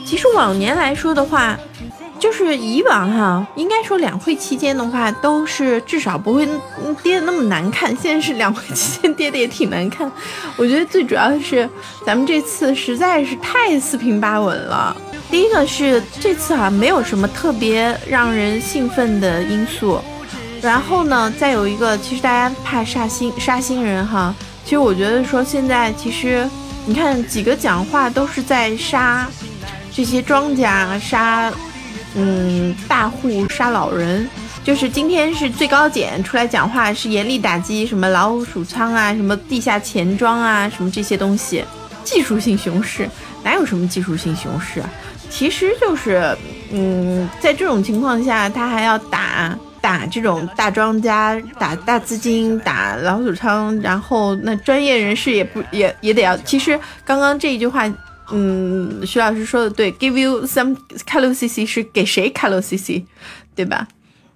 其实往年来说的话，就是以往哈，应该说两会期间的话，都是至少不会跌得那么难看。现在是两会期间跌得也挺难看，我觉得最主要的是咱们这次实在是太四平八稳了。第一个是这次啊，没有什么特别让人兴奋的因素，然后呢，再有一个，其实大家怕杀新人哈。其实我觉得说现在其实你看几个讲话都是在杀这些庄家，杀大户，杀老人。就是今天是最高检出来讲话，是严厉打击什么老鼠仓啊，什么地下钱庄啊，什么这些东西，技术性熊市。哪有什么技术性熊市啊？其实就是在这种情况下，他还要打这种大庄家，打大资金，打老鼠仓，然后那专业人士也得要。其实刚刚这一句话，徐老师说的对 ，give you some KYC 是给谁 KYC， 对吧？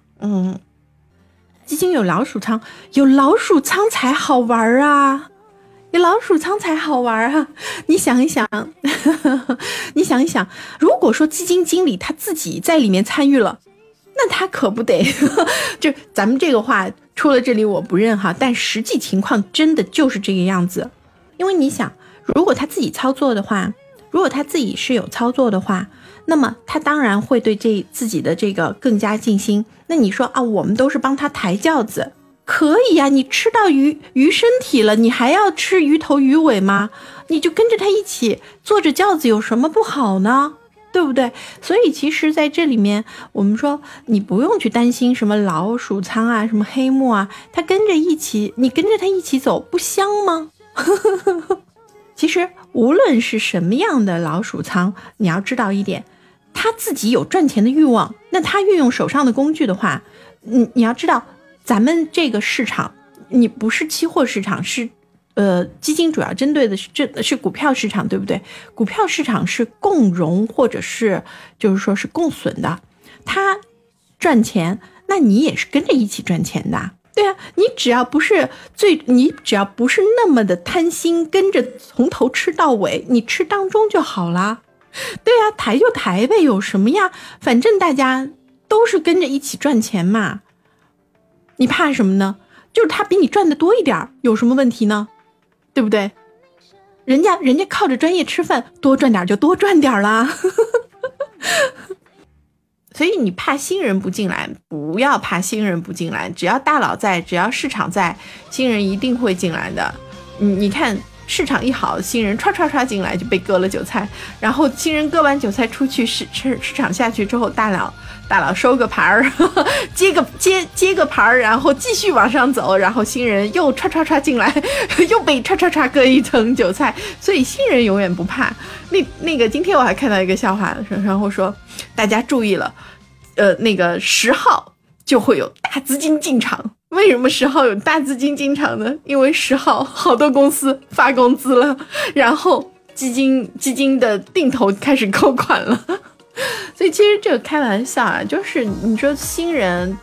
基金有老鼠仓，有老鼠仓才好玩啊！有老鼠仓才好玩啊！你想一想，如果说基金经理他自己在里面参与了，那他可不得就咱们这个话出了这里我不认哈，但实际情况真的就是这个样子。因为你想，如果他自己操作的话，如果他自己是有操作的话，那么他当然会对自己的这个更加尽心。那你说啊，我们都是帮他抬轿子，可以呀，你吃到鱼身体了，你还要吃鱼头鱼尾吗？你就跟着他一起坐着轿子有什么不好呢？对不对？所以其实在这里面，我们说你不用去担心什么老鼠仓啊，什么黑幕啊，你跟着他一起走，不香吗？其实无论是什么样的老鼠仓，你要知道一点，他自己有赚钱的欲望，那他运用手上的工具的话，你要知道咱们这个市场，你不是期货市场，是基金主要针对的是股票市场，对不对？股票市场是共荣或者是就是说是共损的，他赚钱，那你也是跟着一起赚钱的。对啊，你只要不是那么的贪心，跟着从头吃到尾，你吃当中就好啦。对啊，抬就抬呗，有什么呀？反正大家都是跟着一起赚钱嘛，你怕什么呢？就是他比你赚的多一点，有什么问题呢？对不对？人家靠着专业吃饭，多赚点就多赚点啦。所以你怕新人不进来，不要怕新人不进来，只要大佬在，只要市场在，新人一定会进来的。你看市场一好，新人唰进来就被割了韭菜，然后新人割完韭菜出去，市场下去之后，大佬收个牌儿，接个牌儿，然后继续往上走，然后新人又唰进来，又被唰割一层韭菜，所以新人永远不怕。那个今天我还看到一个笑话，然后说大家注意了，那个10号就会有大资金进场。为什么10号有大资金进场呢？因为10号好多公司发工资了，然后基金的定投开始扣款了。所以其实这个开玩笑啊，就是你说新人，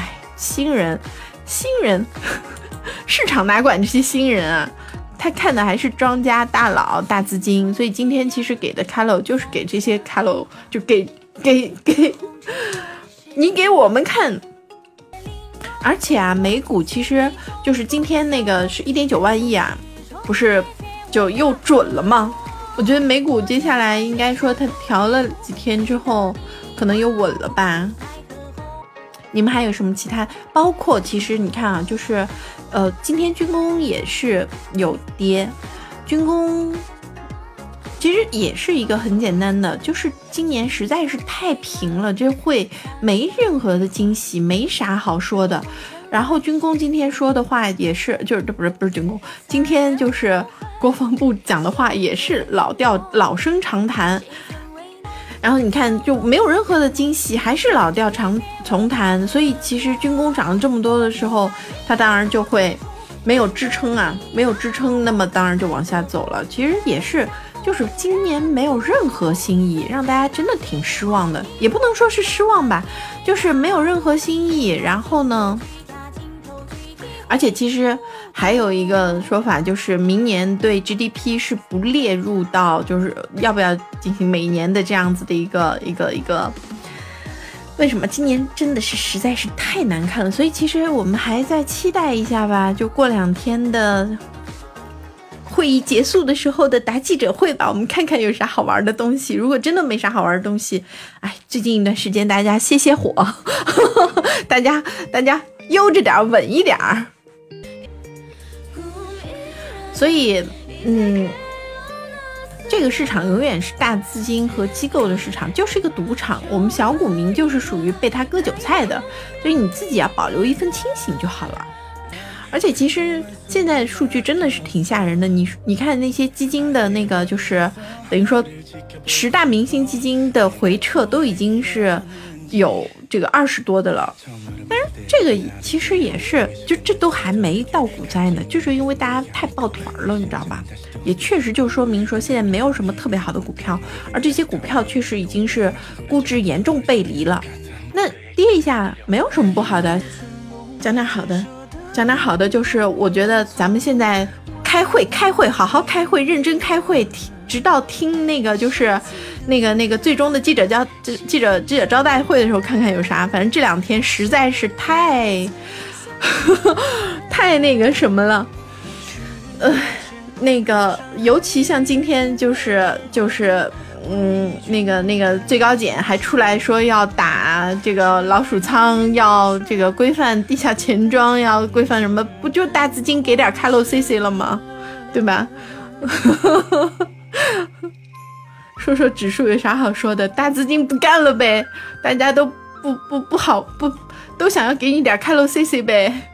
市场哪管这些新人啊，他看的还是庄家大佬大资金。所以今天其实给的 Calo 就是给这些 Calo， 就给你给我们看。而且啊，美股其实就是今天那个是 1.9 万亿啊，不是就又准了吗？我觉得美股接下来应该说它调了几天之后可能又稳了吧。你们还有什么其他？包括其实你看啊，就是今天军工也是有跌，军工其实也是一个很简单的，就是今年实在是太平了，这会没任何的惊喜，没啥好说的。然后军工今天说的话也是，就是不是军工，今天就是国防部讲的话也是老调老生常谈。然后你看就没有任何的惊喜，还是老调重弹。所以其实军工涨了这么多的时候，它当然就会没有支撑啊，没有支撑，那么当然就往下走了。其实也是就是今年没有任何新意，让大家真的挺失望的，也不能说是失望吧，就是没有任何新意。然后呢而且其实还有一个说法，就是明年对 GDP 是不列入到，就是要不要进行每年的这样子的一个。为什么今年真的是实在是太难看了？所以其实我们还在期待一下吧，就过2天的会议结束的时候的答记者会吧，我们看看有啥好玩的东西。如果真的没啥好玩的东西，最近一段时间大家歇火，大家悠着点，稳一点。所以这个市场永远是大资金和机构的市场，就是一个赌场，我们小股民就是属于被他割韭菜的，所以你自己要保留一份清醒就好了。而且其实现在数据真的是挺吓人的，你看那些基金的那个，就是等于说10大明星基金的回撤都已经是有这个20多的了，但是这个其实也是，就这都还没到股灾呢，就是因为大家太抱团了，你知道吧？也确实就说明说现在没有什么特别好的股票，而这些股票确实已经是估值严重背离了。那跌一下没有什么不好的，讲点好的，就是我觉得咱们现在开会，好好开会，认真开会，直到听那个就是那个最终的记者招待会的时候，看看有啥。反正这2天实在是太那个什么了，那个尤其像今天就是那个最高检还出来说要打这个老鼠仓，要这个规范地下钱庄，要规范什么，不就大资金给点开漏 CC 了吗？对吧？说指数有啥好说的？大资金不干了呗，大家都不好，都想要给你点开漏 CC 呗。